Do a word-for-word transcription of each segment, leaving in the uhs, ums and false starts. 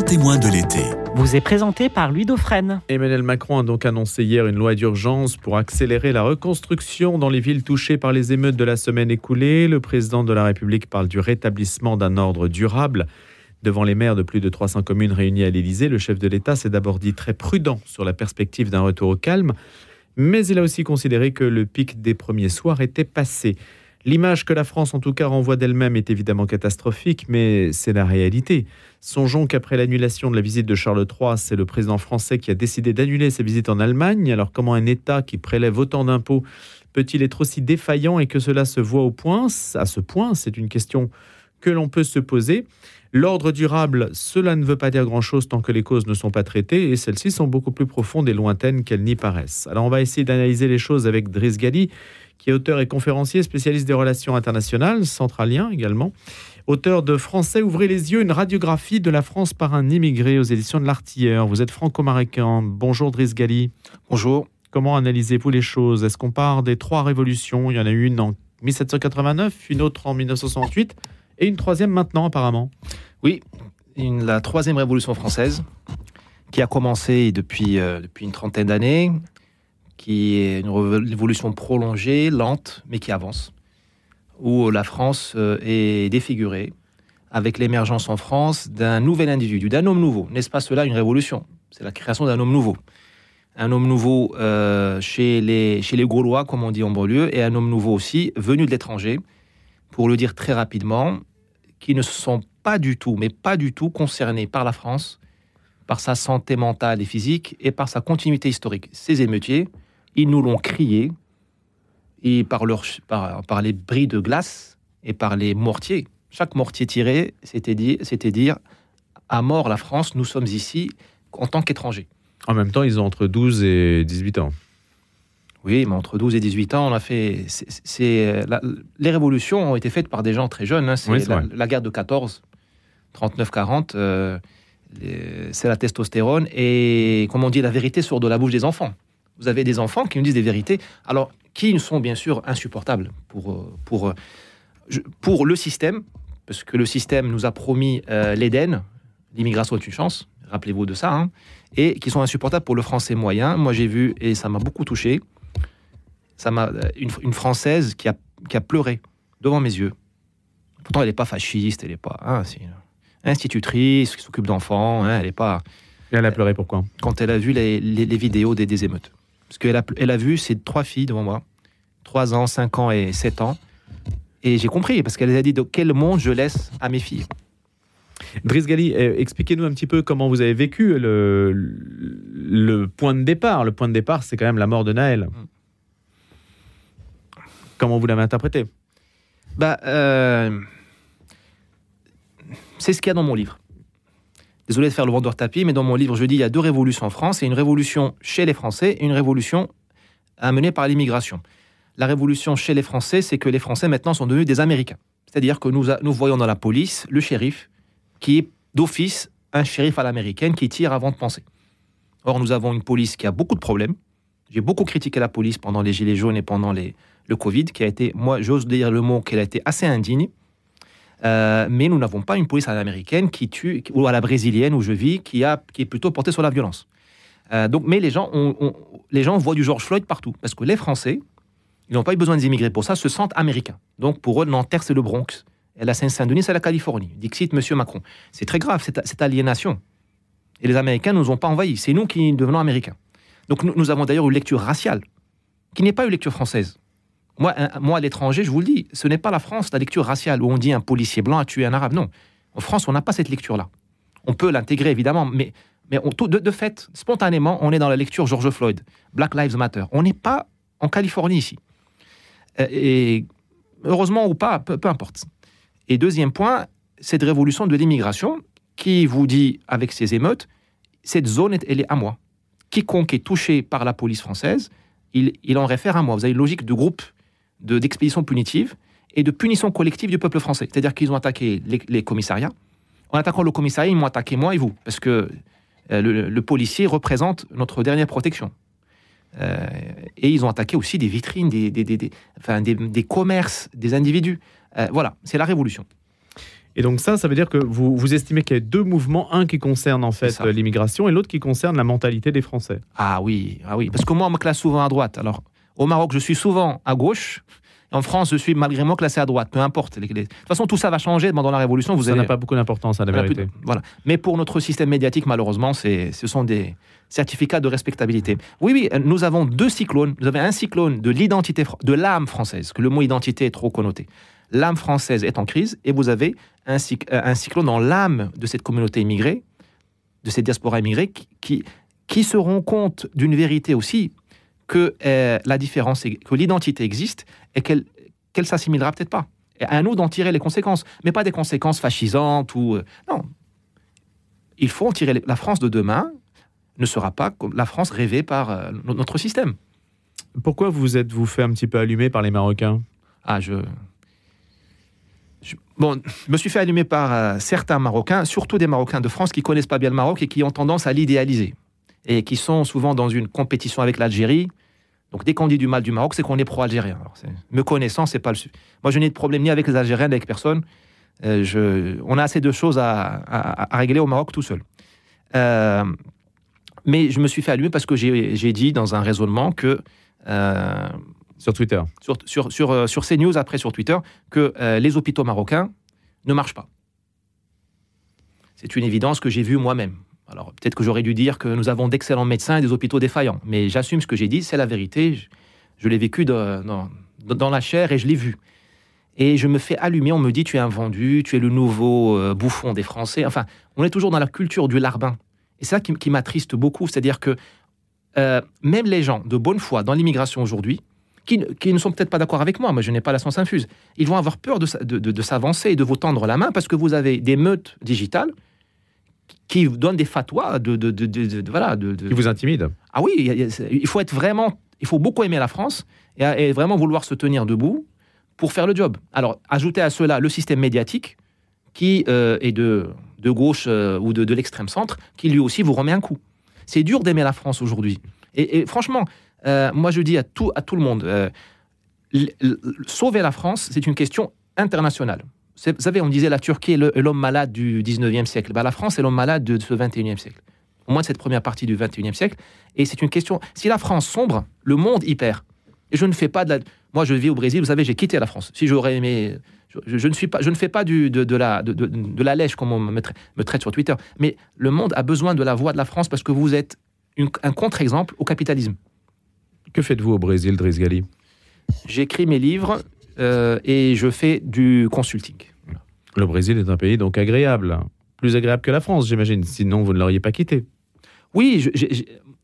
témoin de l'été. Vous est présenté par Louis Dauphren. Emmanuel Macron a donc annoncé hier une loi d'urgence pour accélérer la reconstruction dans les villes touchées par les émeutes de la semaine écoulée. Le président de la République parle du rétablissement d'un ordre durable. Devant les maires de plus de trois cents communes réunies à l'Élysée, le chef de l'État s'est d'abord dit très prudent sur la perspective d'un retour au calme. Mais il a aussi considéré que le pic des premiers soirs était passé. L'image que la France, en tout cas, renvoie d'elle-même est évidemment catastrophique, mais c'est la réalité. Songeons qu'après l'annulation de la visite de Charles trois, c'est le président français qui a décidé d'annuler sa visite en Allemagne. Alors comment un État qui prélève autant d'impôts peut-il être aussi défaillant et que cela se voit au point, à ce point? C'est une question que l'on peut se poser. L'ordre durable, cela ne veut pas dire grand-chose tant que les causes ne sont pas traitées, et celles-ci sont beaucoup plus profondes et lointaines qu'elles n'y paraissent. Alors on va essayer d'analyser les choses avec Driss Ghali, qui est auteur et conférencier, spécialiste des relations internationales, centralien également. Auteur de Français, ouvrez les yeux, une radiographie de la France par un immigré aux éditions de l'Artilleur. Vous êtes franco-marocain. Bonjour Driss Ghali. Bonjour. Comment analysez-vous les choses? Est-ce qu'on part des trois révolutions? Il y en a une en dix-sept cent quatre-vingt-neuf, une autre en dix-neuf cent soixante-huit et une troisième maintenant apparemment. Oui, une, la troisième révolution française qui a commencé depuis, euh, depuis une trentaine d'années, qui est une révolution prolongée, lente, mais qui avance, où la France euh, est défigurée, avec l'émergence en France d'un nouvel individu, d'un homme nouveau. N'est-ce pas cela une révolution? C'est la création d'un homme nouveau. Un homme nouveau euh, chez, les, chez les Gaulois, comme on dit en banlieue, et un homme nouveau aussi venu de l'étranger, pour le dire très rapidement, qui ne sont pas du tout, mais pas du tout concernés par la France, par sa santé mentale et physique, et par sa continuité historique. Ces émeutiers, ils nous l'ont crié, et par, leur, par, par les bris de glace et par les mortiers. Chaque mortier tiré, c'était dire, c'était dire à mort la France, nous sommes ici en tant qu'étrangers. En même temps, ils ont entre douze et dix-huit ans. Oui, mais entre douze et dix-huit ans, on a fait... C'est, c'est, la, les révolutions ont été faites par des gens très jeunes. Hein. C'est, oui, c'est la, la guerre de quatorze, trente-neuf quarante, euh, les, c'est la testostérone. Et, comme on dit, la vérité sort de la bouche des enfants. Vous avez des enfants qui nous disent des vérités, alors qui sont bien sûr insupportables pour, pour, pour le système, parce que le système nous a promis euh, l'Éden, l'immigration est une chance, rappelez-vous de ça, hein, et qui sont insupportables pour le français moyen. Moi j'ai vu, et ça m'a beaucoup touché, ça m'a, une, une Française qui a, qui a pleuré devant mes yeux. Pourtant elle n'est pas fasciste, elle n'est pas... Hein, c'est une institutrice qui s'occupe d'enfants, hein, elle n'est pas... Et elle a pleuré pourquoi? Quand elle a vu les, les, les vidéos des, des émeutes. Parce qu'elle a, elle a vu ces trois filles devant moi, trois ans, cinq ans et sept ans. Et j'ai compris, parce qu'elle a dit, de quel monde je laisse à mes filles. Driss Ghali, expliquez-nous un petit peu comment vous avez vécu le, le point de départ. Le point de départ, c'est quand même la mort de Naël. Mmh. Comment vous l'avez interprété? bah, euh, C'est ce qu'il y a dans mon livre. Désolé de faire le vendeur tapis, mais dans mon livre, je dis il y a deux révolutions en France. Il y a une révolution chez les Français et une révolution amenée par l'immigration. La révolution chez les Français, c'est que les Français maintenant sont devenus des Américains. C'est-à-dire que nous, a, nous voyons dans la police le shérif qui est d'office un shérif à l'américaine qui tire avant de penser. Or, nous avons une police qui a beaucoup de problèmes. J'ai beaucoup critiqué la police pendant les Gilets jaunes et pendant les, le Covid, qui a été, moi, j'ose dire le mot, qu'elle a été assez indigne. Euh, mais nous n'avons pas une police à l'américaine qui tue, ou à la brésilienne où je vis, qui, a, qui est plutôt portée sur la violence. Euh, donc, mais les gens, ont, ont, les gens voient du George Floyd partout, parce que les Français, ils n'ont pas eu besoin des immigrés pour ça, se sentent américains. Donc pour eux, Nanterre, c'est le Bronx, et la Seine-Saint-Denis, c'est la Californie. Dixit, Monsieur Macron. C'est très grave, cette, cette aliénation. Et les Américains ne nous ont pas envahis, c'est nous qui devenons américains. Donc nous, nous avons d'ailleurs une lecture raciale, qui n'est pas une lecture française. Moi, un, moi, à l'étranger, je vous le dis, ce n'est pas la France, la lecture raciale, où on dit un policier blanc a tué un arabe. Non. En France, on n'a pas cette lecture-là. On peut l'intégrer, évidemment, mais, mais on, de, de fait, spontanément, on est dans la lecture George Floyd, Black Lives Matter. On n'est pas en Californie, ici. Et heureusement ou pas, peu, peu importe. Et deuxième point, cette révolution de l'immigration, qui vous dit, avec ces émeutes, cette zone, elle est à moi. Quiconque est touché par la police française, il, il en réfère à moi. Vous avez une logique de groupe, De, d'expédition punitive et de punition collective du peuple français. C'est-à-dire qu'ils ont attaqué les, les commissariats. En attaquant le commissariat, ils m'ont attaqué moi et vous, parce que euh, le, le policier représente notre dernière protection. Euh, et ils ont attaqué aussi des vitrines, des, des, des, des, enfin, des, des commerces, des individus. Euh, voilà, c'est la révolution. Et donc ça, ça veut dire que vous, vous estimez qu'il y a deux mouvements, un qui concerne en fait l'immigration et l'autre qui concerne la mentalité des Français. Ah oui, ah oui, parce que moi, on me classe souvent à droite. Alors, au Maroc, je suis souvent à gauche. En France, je suis malgré moi classé à droite, peu importe. De toute façon, tout ça va changer pendant la Révolution. Vous ça allez... n'a pas beaucoup d'importance, à la vérité. Plus... Voilà. Mais pour notre système médiatique, malheureusement, c'est... ce sont des certificats de respectabilité. Oui, oui, nous avons deux cyclones. Vous avez un cyclone de l'identité, de l'âme française, que le mot identité est trop connoté. L'âme française est en crise, et vous avez un, cyc... un cyclone dans l'âme de cette communauté immigrée, de cette diaspora immigrée, qui, qui, qui se rend compte d'une vérité aussi, que euh, la différence, est, que l'identité existe et qu'elle, qu'elle s'assimilera peut-être pas. Et à nous d'en tirer les conséquences, mais pas des conséquences fascisantes ou euh, non. Il faut en tirer les... La France de demain ne sera pas comme la France rêvée par euh, notre système. Pourquoi vous êtes-vous fait un petit peu allumer par les Marocains ? Ah, je... je... Bon, je me suis fait allumer par euh, certains Marocains, surtout des Marocains de France qui connaissent pas bien le Maroc et qui ont tendance à l'idéaliser. Et qui sont souvent dans une compétition avec l'Algérie. Donc, dès qu'on dit du mal du Maroc, c'est qu'on est pro-algérien. Alors, c'est... Me connaissant, c'est pas le... Moi, je n'ai de problème ni avec les Algériens, ni avec personne. Euh, je... On a assez de choses à, à, à régler au Maroc tout seul. Euh... Mais je me suis fait allumer parce que j'ai, j'ai dit dans un raisonnement que... Euh... Sur Twitter. Sur, sur, sur, euh, sur CNews, après sur Twitter, que euh, les hôpitaux marocains ne marchent pas. C'est une évidence que j'ai vue moi-même. Alors, peut-être que j'aurais dû dire que nous avons d'excellents médecins et des hôpitaux défaillants. Mais j'assume ce que j'ai dit, c'est la vérité. Je, je l'ai vécu de, dans, dans la chair et je l'ai vu. Et je me fais allumer, on me dit, tu es un vendu, tu es le nouveau euh, bouffon des Français. Enfin, on est toujours dans la culture du larbin. Et c'est ça qui, qui m'attriste beaucoup. C'est-à-dire que euh, même les gens de bonne foi dans l'immigration aujourd'hui, qui, qui ne sont peut-être pas d'accord avec moi, moi je n'ai pas la science infuse, ils vont avoir peur de, de, de, de s'avancer et de vous tendre la main parce que vous avez des meutes digitales qui donnent des fatwas de, de, de, de, de, de voilà, de, de... qui vous intimident. Ah oui, il faut être vraiment, il faut beaucoup aimer la France et, et vraiment vouloir se tenir debout pour faire le job. Alors, ajoutez à cela le système médiatique qui euh, est de, de gauche euh, ou de, de l'extrême centre, qui lui aussi vous remet un coup. C'est dur d'aimer la France aujourd'hui. Et, et franchement, euh, moi je dis à tout, à tout le monde, euh, l- l- sauver la France, c'est une question internationale. C'est, vous savez, on disait la Turquie est le, l'homme malade du dix-neuvième siècle. Ben, la France est l'homme malade de ce vingt et unième siècle. Au moins de cette première partie du vingt et unième siècle. Et c'est une question... Si la France sombre, le monde y perd. Et je ne fais pas de la... Moi, je vis au Brésil, vous savez, j'ai quitté la France. Si j'aurais aimé... Je, je, ne, suis pas, je ne fais pas du, de, de, la, de, de, de la lèche, comme on me, tra- me traite sur Twitter. Mais le monde a besoin de la voix de la France parce que vous êtes une, un contre-exemple au capitalisme. Que faites-vous au Brésil, Driss Ghali ? J'écris mes livres euh, et je fais du consulting. Le Brésil est un pays donc agréable. Plus agréable que la France, j'imagine. Sinon, vous ne l'auriez pas quitté. Oui, je, j'ai,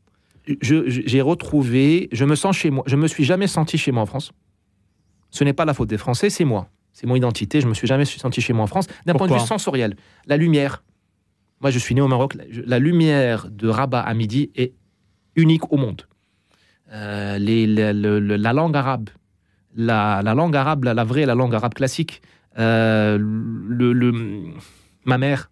je, je, j'ai retrouvé... Je me sens chez moi. Je ne me suis jamais senti chez moi en France. Ce n'est pas la faute des Français, c'est moi. C'est mon identité. Je ne me suis jamais senti chez moi en France. D'un Pourquoi ? point de vue sensoriel. La lumière. Moi, je suis né au Maroc. La, la lumière de Rabat à midi est unique au monde. Euh, les, la, la, la langue arabe. La, la langue arabe, la, la vraie, la langue arabe classique. Euh, le, le, ma mère.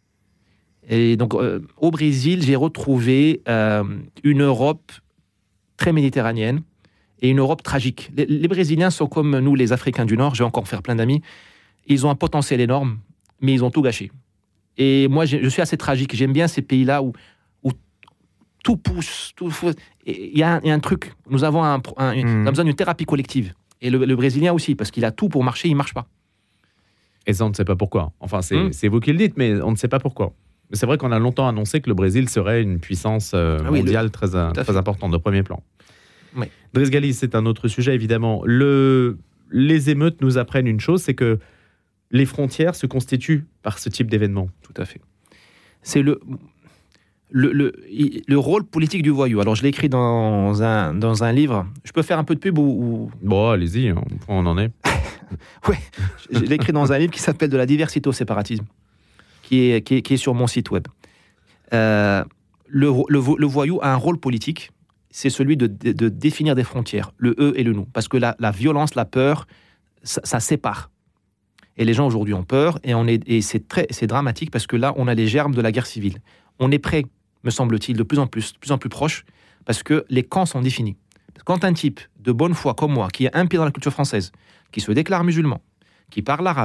Et donc, euh, au Brésil, j'ai retrouvé euh, une Europe très méditerranéenne et une Europe tragique. Les, les Brésiliens sont comme nous, les Africains du Nord. Je vais encore faire plein d'amis. Ils ont un potentiel énorme, mais ils ont tout gâché. Et moi, je suis assez tragique. J'aime bien ces pays-là où, où tout pousse. Il y, y a un truc. Nous avons un, un, mmh. on a besoin d'une thérapie collective. Et le, le Brésilien aussi, parce qu'il a tout pour marcher, il ne marche pas. Et ça, on ne sait pas pourquoi. Enfin, c'est, mmh. c'est vous qui le dites, mais on ne sait pas pourquoi. C'est vrai qu'on a longtemps annoncé que le Brésil serait une puissance euh, ah oui, mondiale le... très, euh, très importante, de premier plan. Oui. Driss Ghali, c'est un autre sujet, évidemment. Le... Les émeutes nous apprennent une chose, c'est que les frontières se constituent par ce type d'événement. Tout à fait. C'est le, le, le, le rôle politique du voyou. Alors, je l'ai écrit dans un, dans un livre. Je peux faire un peu de pub ou... ou... Bon, allez-y, on en est. Oui, je l'ai écrit dans un livre qui s'appelle « De la diversité au séparatisme ». Qui est, qui, est, qui est sur mon site web. Euh, le, le, le voyou a un rôle politique, c'est celui de, de, de définir des frontières, le « eux » et le « nous ». Parce que la, la violence, la peur, ça, ça sépare. Et les gens aujourd'hui ont peur, et, on est, et c'est, très, c'est dramatique parce que là, on a les germes de la guerre civile. On est prêt, me semble-t-il, de plus en plus, de plus en plus proche, parce que les camps sont définis. Quand un type de bonne foi comme moi, qui est un pied dans la culture française, qui se déclare musulman, qui parle arabe,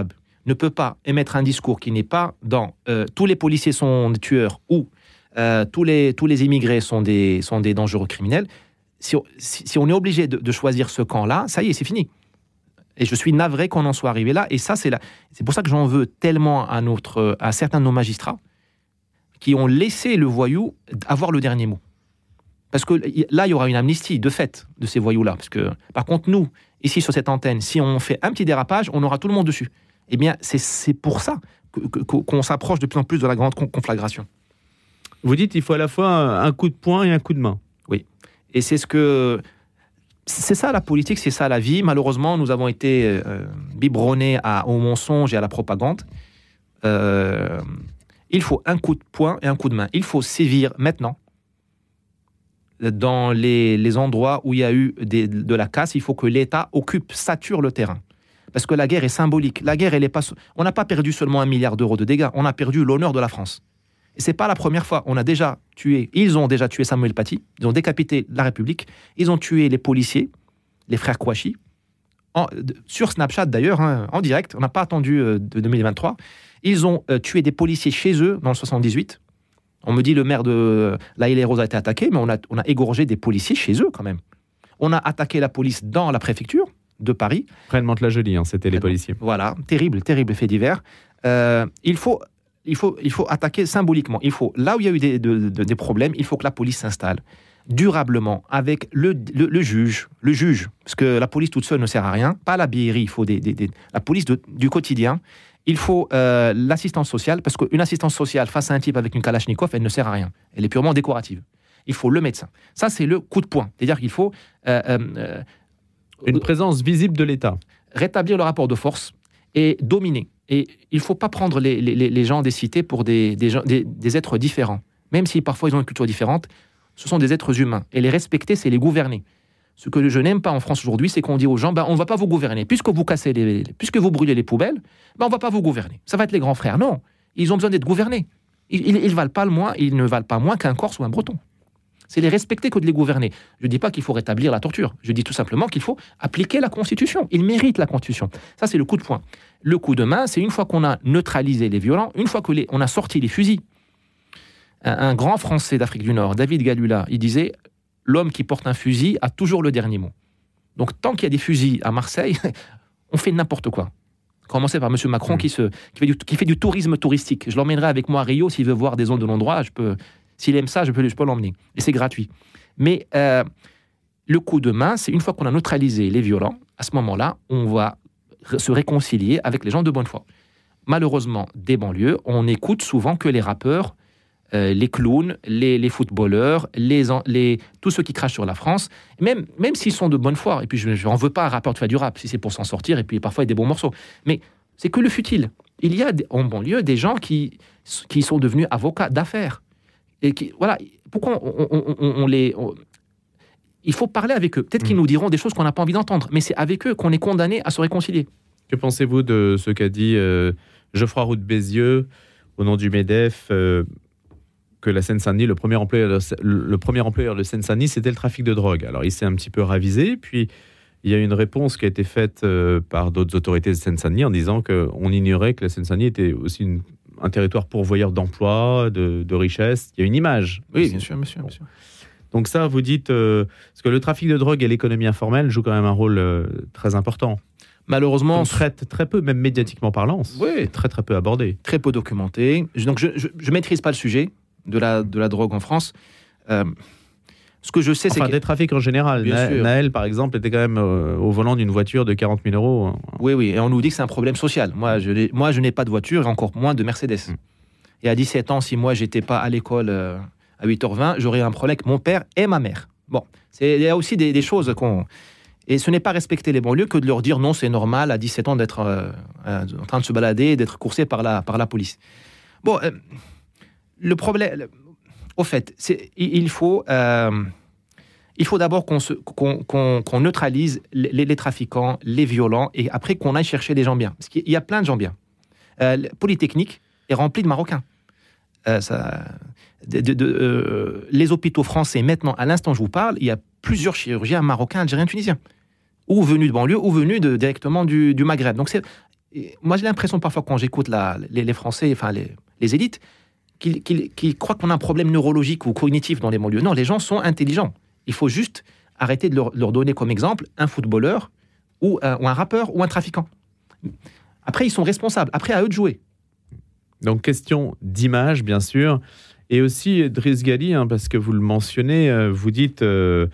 ne peut pas émettre un discours qui n'est pas dans euh, tous les policiers sont des tueurs ou euh, tous, les, tous les immigrés sont des, sont des dangereux criminels, si, si, si on est obligé de, de choisir ce camp-là, ça y est, c'est fini. Et je suis navré qu'on en soit arrivé là. Et ça, c'est, la... c'est pour ça que j'en veux tellement à, notre, à certains de nos magistrats qui ont laissé le voyou avoir le dernier mot. Parce que là, il y aura une amnistie de fait de ces voyous-là. Parce que, par contre, nous, ici sur cette antenne, si on fait un petit dérapage, on aura tout le monde dessus. Eh bien, c'est, c'est pour ça que, que, qu'on s'approche de plus en plus de la grande conflagration. Vous dites qu'il faut à la fois un coup de poing et un coup de main. Oui. Et c'est ce que... C'est ça la politique, c'est ça la vie. Malheureusement, nous avons été euh, biberonnés à, au mensonge et à la propagande. Euh, il faut un coup de poing et un coup de main. Il faut sévir maintenant. Dans les, les endroits où il y a eu des, de la casse, il faut que l'État occupe, sature le terrain. Parce que la guerre est symbolique. La guerre, elle est pas... On n'a pas perdu seulement un milliard d'euros de dégâts, on a perdu l'honneur de la France. Et ce n'est pas la première fois. On a déjà tué, ils ont déjà tué Samuel Paty, ils ont décapité la République, ils ont tué les policiers, les frères Kouachi, en, sur Snapchat d'ailleurs, hein, en direct, on n'a pas attendu euh, de deux mille vingt-trois. Ils ont euh, tué des policiers chez eux dans le soixante-dix-huit. On me dit le maire de La Île-et-Rose a été attaqué, mais on a, on a égorgé des policiers chez eux quand même. On a attaqué la police dans la préfecture de Paris. Près de Mantes-la-Jolie, hein, c'était les policiers. Voilà, terrible, terrible fait divers. Euh, il faut... Il faut, il faut attaquer symboliquement. Il faut, là où il y a eu des, de, de, des problèmes, il faut que la police s'installe durablement avec le, le, le juge. Le juge, parce que la police toute seule ne sert à rien. Pas la B R I, il faut des, des, des, la police de, du quotidien. Il faut euh, l'assistance sociale, parce qu'une assistance sociale face à un type avec une Kalachnikov, elle ne sert à rien. Elle est purement décorative. Il faut le médecin. Ça, c'est le coup de poing. C'est-à-dire qu'il faut... Euh, euh, Une présence visible de l'État. Rétablir le rapport de force et dominer. Et il ne faut pas prendre les, les, les gens des cités pour des, des, gens, des, des êtres différents. Même si parfois ils ont une culture différente, ce sont des êtres humains. Et les respecter, c'est les gouverner. Ce que je n'aime pas en France aujourd'hui, c'est qu'on dit aux gens, ben, on ne va pas vous gouverner. Puisque vous cassez les, puisque vous brûlez les poubelles, ben, on ne va pas vous gouverner. Ça va être les grands frères. Non, ils ont besoin d'être gouvernés. Ils, ils, ils, valent pas le moins, ils ne valent pas moins qu'un Corse ou un Breton. C'est les respecter que de les gouverner. Je ne dis pas qu'il faut rétablir la torture. Je dis tout simplement qu'il faut appliquer la Constitution. Ils méritent la Constitution. Ça, c'est le coup de poing. Le coup de main, c'est une fois qu'on a neutralisé les violents, une fois qu'on a sorti les fusils. Un, un grand Français d'Afrique du Nord, David Galula, il disait « L'homme qui porte un fusil a toujours le dernier mot ». Donc, tant qu'il y a des fusils à Marseille, on fait n'importe quoi. Commencer par M. Macron mmh. qui, se, qui, fait du, qui fait du tourisme touristique. Je l'emmènerai avec moi à Rio s'il veut voir des zones de non-droit. Je peux... S'il aime ça, je peux, je peux l'emmener. Et c'est gratuit. Mais euh, le coup de main, c'est une fois qu'on a neutralisé les violents, à ce moment-là, on va se réconcilier avec les gens de bonne foi. Malheureusement, des banlieues, on n'écoute souvent que les rappeurs, euh, les clowns, les, les footballeurs, les, les, tous ceux qui crachent sur la France, même, même s'ils sont de bonne foi. Et puis, je n'en veux pas un rappeur qui fait du rap, si c'est pour s'en sortir, et puis parfois, il y a des bons morceaux. Mais c'est que le futile. Il y a en banlieue des gens qui, qui sont devenus avocats d'affaires. Et qui, voilà, pourquoi on, on, on, on les... On, il faut parler avec eux. Peut-être mmh. qu'ils nous diront des choses qu'on n'a pas envie d'entendre, mais c'est avec eux qu'on est condamné à se réconcilier. Que pensez-vous de ce qu'a dit euh, Geoffroy Roux de Bézieux, au nom du MEDEF, euh, que la Seine-Saint-Denis, le premier employeur de, le premier employeur de Seine-Saint-Denis, c'était le trafic de drogue. Alors, il s'est un petit peu ravisé, puis il y a une réponse qui a été faite euh, par d'autres autorités de Seine-Saint-Denis en disant qu'on ignorait que la Seine-Saint-Denis était aussi une... un territoire pourvoyeur d'emploi, de, de richesse. Il y a une image. Oui, bien sûr, monsieur, bien sûr. Donc ça, vous dites... Euh, parce que le trafic de drogue et l'économie informelle jouent quand même un rôle euh, très important. Malheureusement... On traite très peu, même médiatiquement parlant. Oui. Très, très peu abordé. Très peu documenté. Donc, je ne maîtrise pas le sujet de la, de la drogue en France. Euh, ce que je sais, enfin, c'est... des trafics en général. Na- Naël, par exemple, était quand même euh, au volant d'une voiture de quarante mille euros. Oui, oui. Et on nous dit que c'est un problème social. Moi, je, moi, je n'ai pas de voiture et encore moins de Mercedes. Mm. Et à dix-sept ans, si moi, je n'étais pas à l'école euh, à huit heures vingt, j'aurais un problème avec mon père et ma mère. Bon, il y a aussi des, des choses qu'on... Et ce n'est pas respecter les banlieues que de leur dire non, c'est normal à dix-sept ans d'être euh, euh, en train de se balader, d'être coursé par la, par la police. Bon, euh, le problème... Le, au fait, c'est, il faut... Euh, Il faut d'abord qu'on, se, qu'on, qu'on, qu'on neutralise les, les trafiquants, les violents, et après qu'on aille chercher des gens bien. Parce qu'il y a plein de gens bien. Euh, Polytechnique est rempli de Marocains. Euh, ça, de, de, de, euh, les hôpitaux français, maintenant, à l'instant où je vous parle, il y a plusieurs chirurgiens marocains, algériens, tunisiens. Ou venus de banlieue, ou venus de, directement du, du Maghreb. Donc c'est, et moi, j'ai l'impression parfois quand j'écoute la, les, les Français, enfin les, les élites, qu'ils, qu'ils, qu'ils croient qu'on a un problème neurologique ou cognitif dans les banlieues. Non, les gens sont intelligents. Il faut juste arrêter de leur, leur donner comme exemple un footballeur ou un, ou un rappeur ou un trafiquant. Après, ils sont responsables. Après, à eux de jouer. Donc, question d'image, bien sûr. Et aussi, Driss Ghali, hein, parce que vous le mentionnez, euh, vous dites euh,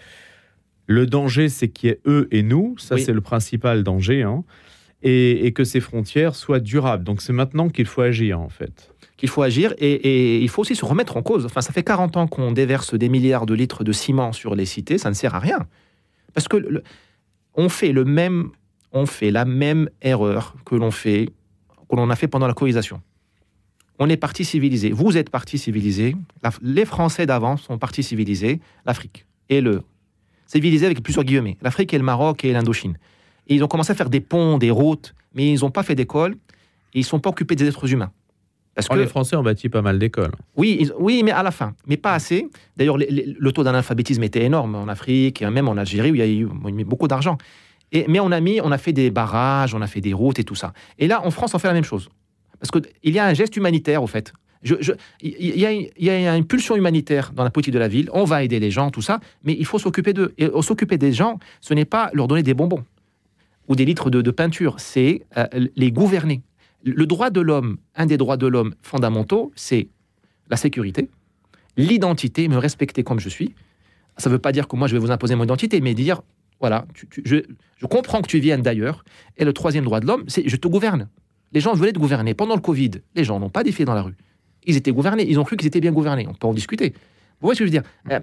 le danger, c'est qu'il y ait eux et nous. Ça, oui. C'est le principal danger. Hein, et, et que ces frontières soient durables. Donc, c'est maintenant qu'il faut agir, en fait. Qu'il faut agir et, et il faut aussi se remettre en cause. Enfin, ça fait quarante ans qu'on déverse des milliards de litres de ciment sur les cités. Ça ne sert à rien. Parce que le, on fait le même... on fait la même erreur que l'on fait, que l'on a fait pendant la colonisation. On est parti civilisé. Vous êtes parti civilisé. La, les Français d'avant sont partis civilisés. L'Afrique et le civilisé avec plusieurs guillemets. L'Afrique et le Maroc et l'Indochine. Et ils ont commencé à faire des ponts, des routes, mais ils n'ont pas fait d'école. Et ils ne sont pas occupés des êtres humains. Parce oh, que les Français ont bâti pas mal d'écoles. Oui, ils, oui, mais à la fin, mais pas assez. D'ailleurs, les, les, le taux d'analphabétisme était énorme en Afrique, et même en Algérie où il y a eu beaucoup d'argent. Et, mais on a mis, on a fait des barrages, on a fait des routes et tout ça. Et là, en France, on fait la même chose. Parce qu'il y a un geste humanitaire, au fait. Je, je, il, y a, il y a une pulsion humanitaire dans la politique de la ville. On va aider les gens, tout ça. Mais il faut s'occuper d'eux. Et s'occuper des gens, ce n'est pas leur donner des bonbons ou des litres de, de peinture. C'est euh, les gouverner. Le droit de l'homme, un des droits de l'homme fondamentaux, c'est la sécurité, l'identité, me respecter comme je suis. Ça ne veut pas dire que moi, je vais vous imposer mon identité, mais dire... Voilà, tu, tu, je, je comprends que tu viennes d'ailleurs. Et le troisième droit de l'homme, c'est je te gouverne. Les gens veulent être gouvernés. Pendant le Covid, les gens n'ont pas défilé dans la rue. Ils étaient gouvernés. Ils ont cru qu'ils étaient bien gouvernés. On peut en discuter. Vous voyez ce que je veux dire ? euh,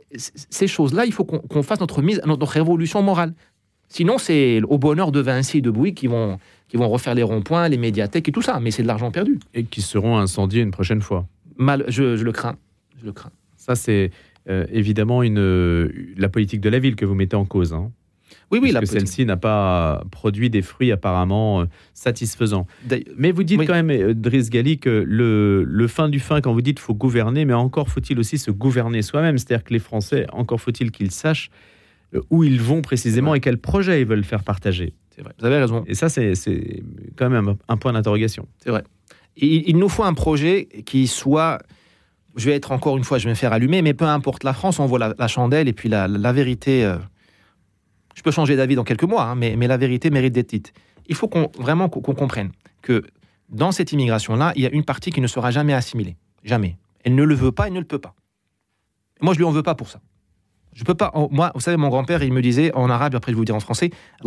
Ces choses-là, il faut qu'on, qu'on fasse notre mise, notre révolution morale. Sinon, c'est au bonheur de Vinci et de Bouygues qui vont, qui vont refaire les ronds-points, les médiathèques et tout ça. Mais c'est de l'argent perdu. Et qui seront incendiés une prochaine fois. Mal, je, je le crains. Je le crains. Ça, c'est... Euh, évidemment une, euh, la politique de la ville que vous mettez en cause. Hein. Oui, oui. Parce que politique... celle-ci n'a pas produit des fruits apparemment euh, satisfaisants. Mais vous dites oui. quand même, Driss Ghali, que le, le fin du fin, quand vous dites qu'il faut gouverner, mais encore faut-il aussi se gouverner soi-même. C'est-à-dire que les Français, encore faut-il qu'ils sachent où ils vont précisément et quels projets ils veulent faire partager. C'est vrai. Vous avez raison. Et ça, c'est, c'est quand même un, un point d'interrogation. C'est vrai. Et il nous faut un projet qui soit... Je vais être encore une fois, je vais me faire allumer, mais peu importe la France, on voit la, la chandelle et puis la, la, la vérité. Euh, je peux changer d'avis dans quelques mois, hein, mais, mais la vérité mérite d'être dite. Il faut qu'on, vraiment qu'on, qu'on comprenne que dans cette immigration-là, il y a une partie qui ne sera jamais assimilée. Jamais. Elle ne le veut pas, elle ne le peut pas. Moi, je lui en veux pas pour ça. Je peux pas. Moi, vous savez, mon grand-père, il me disait en arabe, après je vais vous dire en français,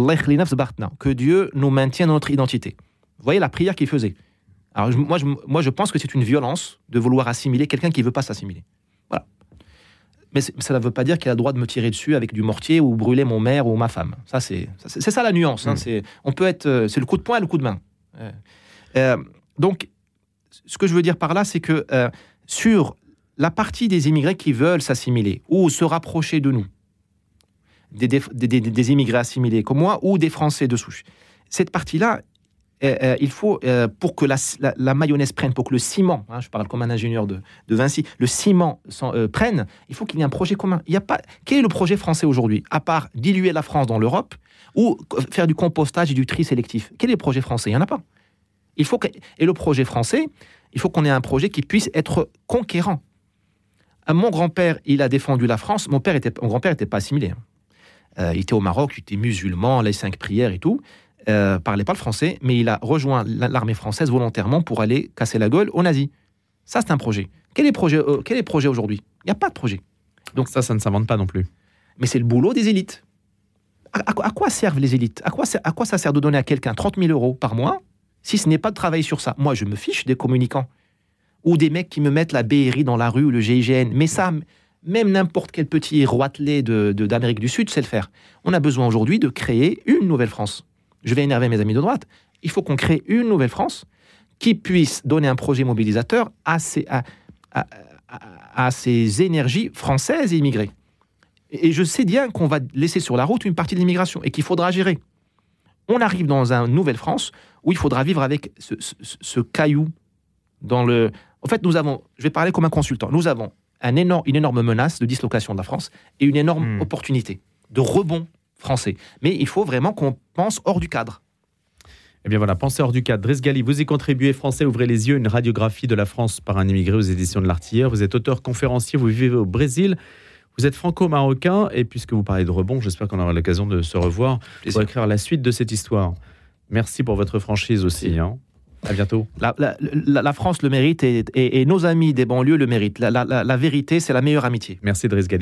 que Dieu nous maintienne dans notre identité. Vous voyez la prière qu'il faisait. Alors, je, moi, je, moi, je pense que c'est une violence de vouloir assimiler quelqu'un qui ne veut pas s'assimiler. Voilà. Mais ça ne veut pas dire qu'il a le droit de me tirer dessus avec du mortier ou brûler mon mère ou ma femme. Ça, c'est, c'est, c'est ça la nuance. Mmh. Hein. C'est, on peut être, c'est le coup de poing et le coup de main. Euh, euh, donc, ce que je veux dire par là, c'est que euh, sur la partie des immigrés qui veulent s'assimiler ou se rapprocher de nous, des, des, des, des immigrés assimilés comme moi ou des Français de souche, cette partie-là, Euh, euh, il faut, euh, pour que la, la, la mayonnaise prenne, pour que le ciment, hein, je parle comme un ingénieur de, de Vinci, le ciment euh, prenne, il faut qu'il y ait un projet commun. Il y a pas... Quel est le projet français aujourd'hui, à part diluer la France dans l'Europe ou faire du compostage et du tri sélectif? Quel est le projet français? Il n'y en a pas. Il faut que... Et le projet français, il faut qu'on ait un projet qui puisse être conquérant. Mon grand-père, il a défendu la France. Mon, père était... Mon grand-père n'était pas assimilé. Hein. Euh, il était au Maroc, il était musulman, les cinq prières et tout. Euh, parlait pas le français, mais il a rejoint l'armée française volontairement pour aller casser la gueule aux nazis. Ça, c'est un projet. Quel est le projet, euh, quel est le projet aujourd'hui? Il n'y a pas de projet. Donc ça, ça ne s'invente pas non plus. Mais c'est le boulot des élites. À, à, à quoi servent les élites? à quoi, à quoi ça sert de donner à quelqu'un trente mille euros par mois si ce n'est pas de travailler sur ça? Moi, je me fiche des communicants. Ou des mecs qui me mettent la B R I dans la rue ou le G I G N. Mais ça, même n'importe quel petit roitelet de, de, d'Amérique du Sud sait le faire. On a besoin aujourd'hui de créer une nouvelle France. Je vais énerver mes amis de droite. Il faut qu'on crée une nouvelle France qui puisse donner un projet mobilisateur à ces, à, à, à, à ces énergies françaises et immigrées. Et je sais bien qu'on va laisser sur la route une partie de l'immigration et qu'il faudra gérer. On arrive dans une nouvelle France où il faudra vivre avec ce, ce, ce caillou dans le... En fait, nous avons... Je vais parler comme un consultant. Nous avons un énorme, une énorme menace de dislocation de la France et une énorme mmh. opportunité de rebond français. Mais il faut vraiment qu'on pense hors du cadre. Eh bien voilà, Pensez hors du cadre. Driss Ghali, vous y contribuez. Français, ouvrez les yeux, une radiographie de la France par un immigré aux éditions de l'Artilleur. Vous êtes auteur, conférencier, vous vivez au Brésil. Vous êtes franco-marocain et puisque vous parlez de rebond, j'espère qu'on aura l'occasion de se revoir pour écrire la suite de cette histoire. Merci pour votre franchise aussi. Hein. À bientôt. La, la, la, la France le mérite et, et, et nos amis des banlieues le méritent. La, la, la, la vérité, c'est la meilleure amitié. Merci Driss Ghali.